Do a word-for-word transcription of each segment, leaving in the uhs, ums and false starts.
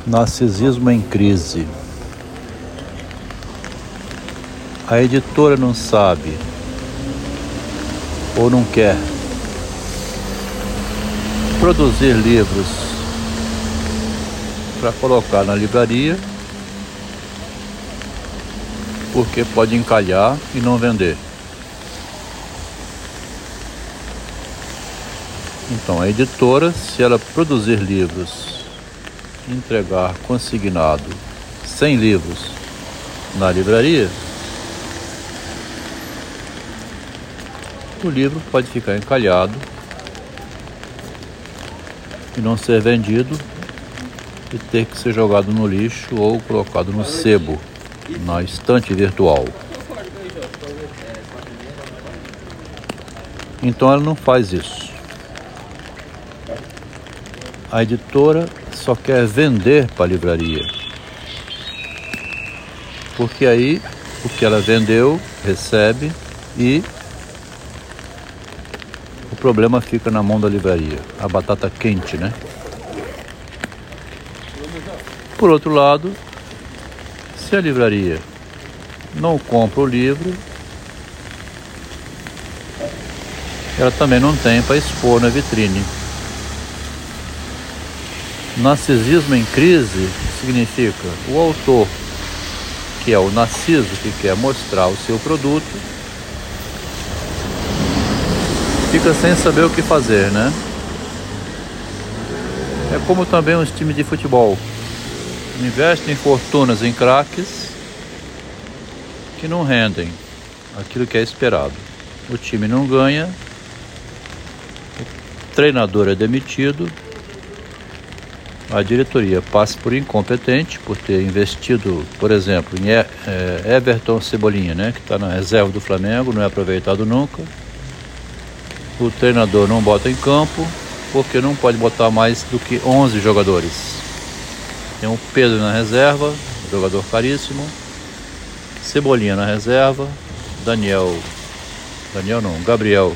Narcisismo em crise. A editora não sabe ou não quer produzir livros para colocar na livraria porque pode encalhar e não vender. Então a editora, se ela produzir livros, entregar consignado cem livros na livraria, o livro pode ficar encalhado e não ser vendido e ter que ser jogado no lixo ou colocado no sebo, na estante virtual. Então ela não faz isso. A editora só quer vender para a livraria, porque aí o que ela vendeu recebe e o problema fica na mão da livraria, a batata quente, né? Por outro lado, se a livraria não compra o livro, ela também não tem para expor na vitrine. Narcisismo em crise significa o autor, que é o narciso, que quer mostrar o seu produto, fica sem saber o que fazer, né? É como também os times de futebol. Investem fortunas em craques que não rendem aquilo que é esperado. O time não ganha, o treinador é demitido, a diretoria passa por incompetente por ter investido, por exemplo, em Everton Cebolinha, né, que está na reserva do Flamengo, não é aproveitado nunca. O treinador não bota em campo porque não pode botar mais do que onze jogadores. Tem o Pedro na reserva, jogador caríssimo, Cebolinha na reserva, Daniel, Daniel não, Gabriel.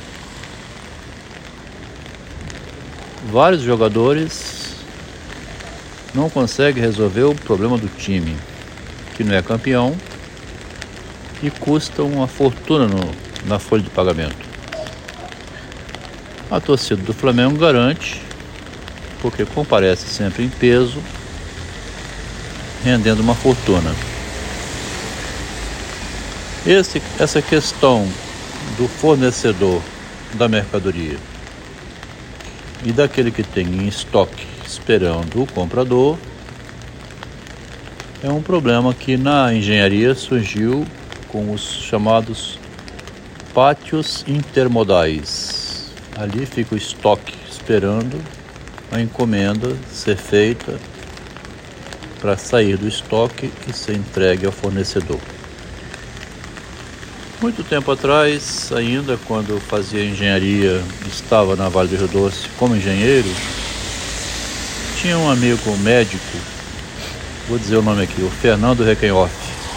Vários jogadores não conseguem resolver o problema do time, que não é campeão e custa uma fortuna no, na folha de pagamento. A torcida do Flamengo garante, porque comparece sempre em peso, rendendo uma fortuna. Esse, essa questão do fornecedor da mercadoria e daquele que tem em estoque esperando o comprador é um problema que na engenharia surgiu com os chamados pátios intermodais. Ali fica o estoque esperando a encomenda ser feita para sair do estoque e ser entregue ao fornecedor. Muito tempo atrás, ainda quando eu fazia engenharia, estava na Vale do Rio Doce como engenheiro, tinha um amigo médico, vou dizer o nome aqui, o Fernando Requenhoff.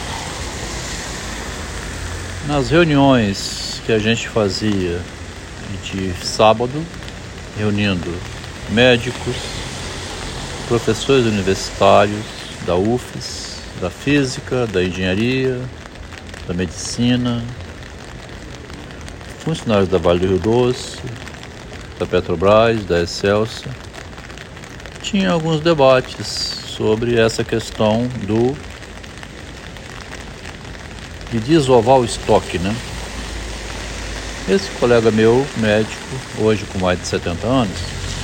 Nas reuniões que a gente fazia de sábado, reunindo médicos, professores universitários da U F S, da física, da engenharia, da medicina, funcionários da Vale do Rio Doce, da Petrobras, da Excelsa, tinha alguns debates sobre essa questão do de desovar o estoque, né? Esse colega meu, médico, hoje com mais de setenta anos,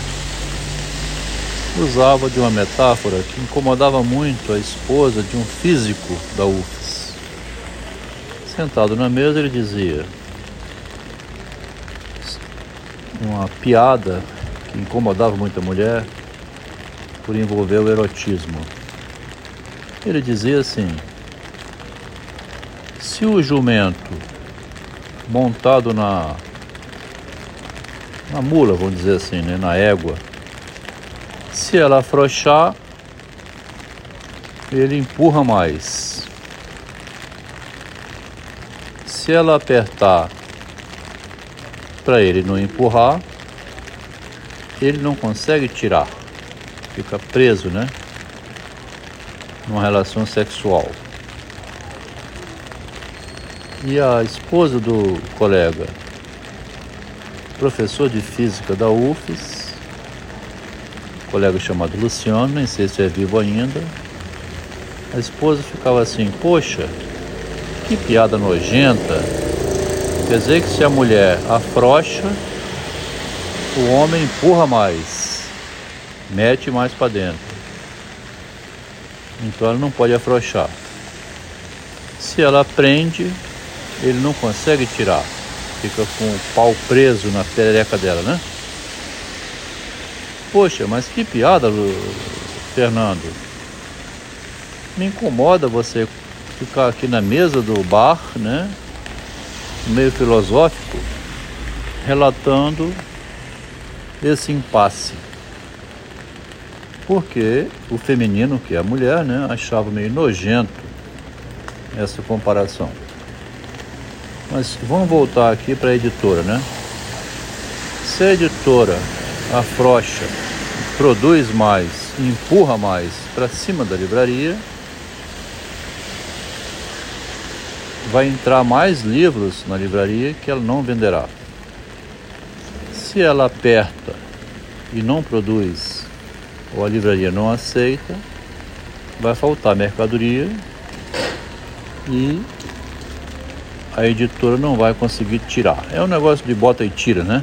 usava de uma metáfora que incomodava muito a esposa de um físico da U F S. Sentado na mesa, ele dizia uma piada que incomodava muito a mulher por envolver o erotismo. Ele dizia assim: se o jumento montado na na mula, vamos dizer assim, né, na égua, se ela afrouxar, ele empurra mais. Se ela apertar para ele não empurrar, ele não consegue tirar, fica preso, né? numa relação sexual. E a esposa do colega, professor de física da U F S, colega chamado Luciano, nem sei se é vivo ainda, a esposa ficava assim: poxa, que piada nojenta, quer dizer que se a mulher afrouxa, o homem empurra mais, mete mais para dentro, então ela não pode afrouxar. Se ela prende, ele não consegue tirar, fica com o pau preso na perereca dela, né? Poxa, mas que piada, Fernando. Me incomoda você ficar aqui na mesa do bar, né, meio filosófico, relatando esse impasse. Porque o feminino, que é a mulher, né, achava meio nojento essa comparação. Mas vamos voltar aqui para a editora, né? Se a editora afrouxa, produz mais, empurra mais para cima da livraria, vai entrar mais livros na livraria que ela não venderá. Se ela aperta e não produz, ou a livraria não aceita, vai faltar mercadoria e a editora não vai conseguir tirar. É um negócio de bota e tira, né?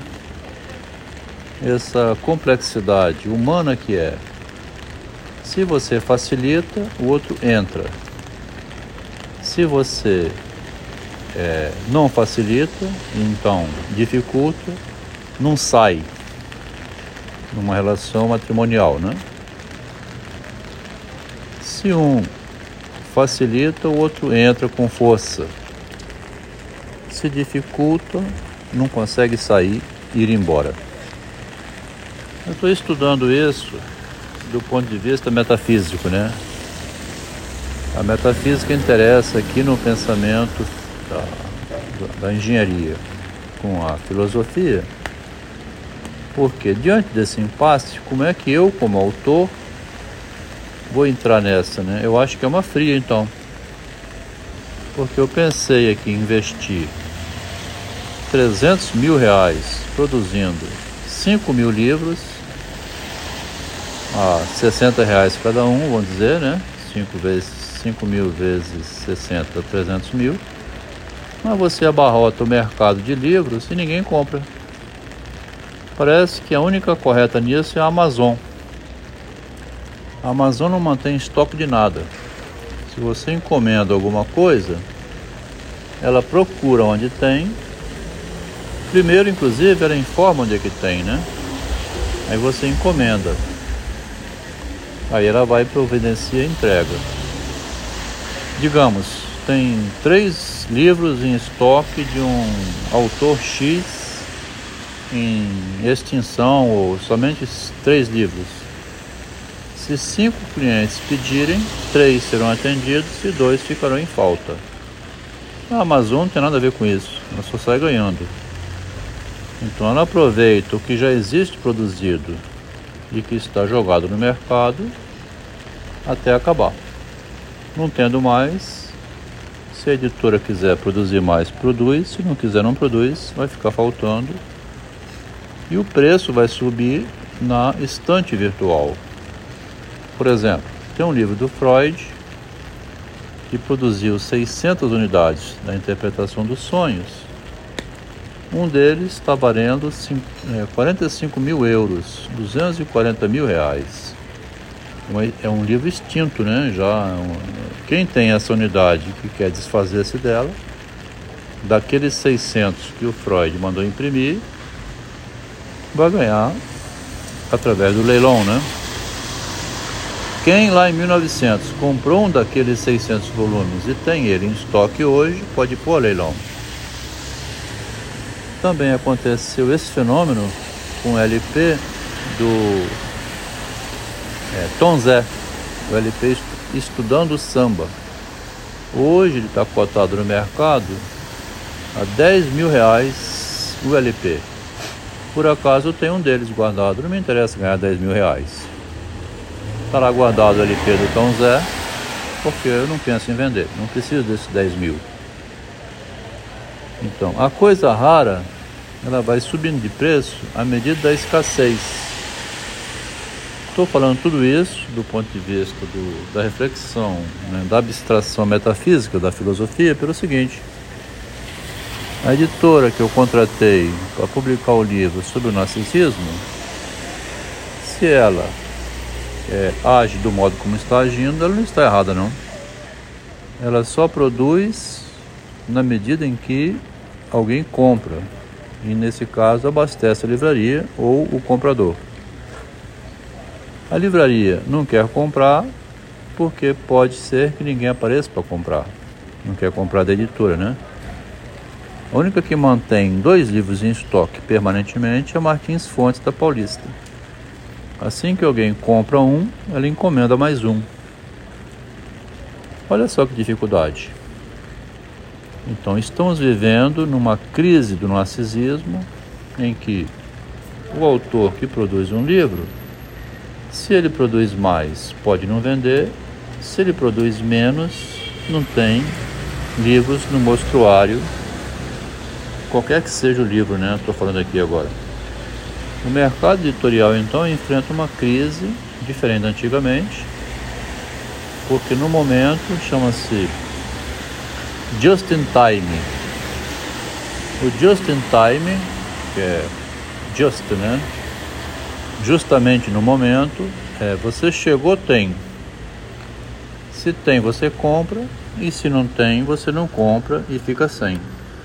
Essa complexidade humana que é. Se você facilita, o outro entra. Se você é, não facilita, então dificulta, não sai numa relação matrimonial, né? Se um facilita, o outro entra com força. Se dificulta, não consegue sair e ir embora. Eu estou estudando isso do ponto de vista metafísico, né? A metafísica interessa aqui no pensamento da, da engenharia com a filosofia, porque diante desse impasse, como é que eu, como autor, vou entrar nessa, né? Eu acho que é uma fria, então. Porque eu pensei aqui em investir trezentos mil reais produzindo cinco mil livros a sessenta reais cada um, vamos dizer, né? cinco vezes cinco mil vezes sessenta, trezentos mil. Mas você abarrota o mercado de livros e ninguém compra. Parece que a única correta nisso é a Amazon. A Amazon não mantém estoque de nada. Se você encomenda alguma coisa, ela procura onde tem. Primeiro, inclusive, ela informa onde é que tem, né? Aí você encomenda. Aí ela vai providenciar a entrega. Digamos, tem três livros em estoque de um autor X em extinção, ou somente três livros. Se cinco clientes pedirem, três serão atendidos e dois ficarão em falta. A Amazon não tem nada a ver com isso, ela só sai ganhando. Então ela aproveita o que já existe produzido e que está jogado no mercado até acabar. Não tendo mais, se a editora quiser produzir mais, produz. Se não quiser, não produz, vai ficar faltando. E o preço vai subir na estante virtual. Por exemplo, tem um livro do Freud que produziu seiscentas unidades da interpretação dos sonhos. Um deles está valendo quarenta e cinco mil euros, duzentos e quarenta mil reais. É um livro extinto, né? Já, quem tem essa unidade que quer desfazer-se dela, daqueles seiscentos que o Freud mandou imprimir, vai ganhar através do leilão, né? Quem lá em mil e novecentos comprou um daqueles seiscentos volumes e tem ele em estoque hoje, pode pôr leilão. Também aconteceu esse fenômeno com o L P do é, Tom Zé, o L P Estudando Samba. Hoje ele está cotado no mercado a dez mil reais o L P. Por acaso eu tenho um deles guardado, não me interessa ganhar dez mil reais. Está lá guardado o L P do Tom Zé, porque eu não penso em vender, não preciso desses dez mil. Então, a coisa rara, ela vai subindo de preço à medida da escassez. Estou falando tudo isso do ponto de vista do, da reflexão, né, da abstração metafísica, da filosofia, pelo seguinte: a editora que eu contratei para publicar o livro sobre o narcisismo, se ela é, age do modo como está agindo, ela não está errada, não. Ela só produz na medida em que alguém compra, e nesse caso abastece a livraria ou o comprador. A livraria não quer comprar porque pode ser que ninguém apareça para comprar. Não quer comprar da editora, né? A única que mantém dois livros em estoque permanentemente é a Martins Fontes da Paulista. Assim que alguém compra um, ela encomenda mais um. Olha só que dificuldade. Então, estamos vivendo numa crise do narcisismo em que o autor que produz um livro, se ele produz mais, pode não vender. Se ele produz menos, não tem livros no mostruário, qualquer que seja o livro, né? Estou falando aqui agora. O mercado editorial, então, enfrenta uma crise diferente da antigamente, porque no momento chama-se just in time. O just in time, que é just, né? Justamente no momento, é, você chegou, tem. Se tem, você compra, e se não tem, você não compra e fica sem.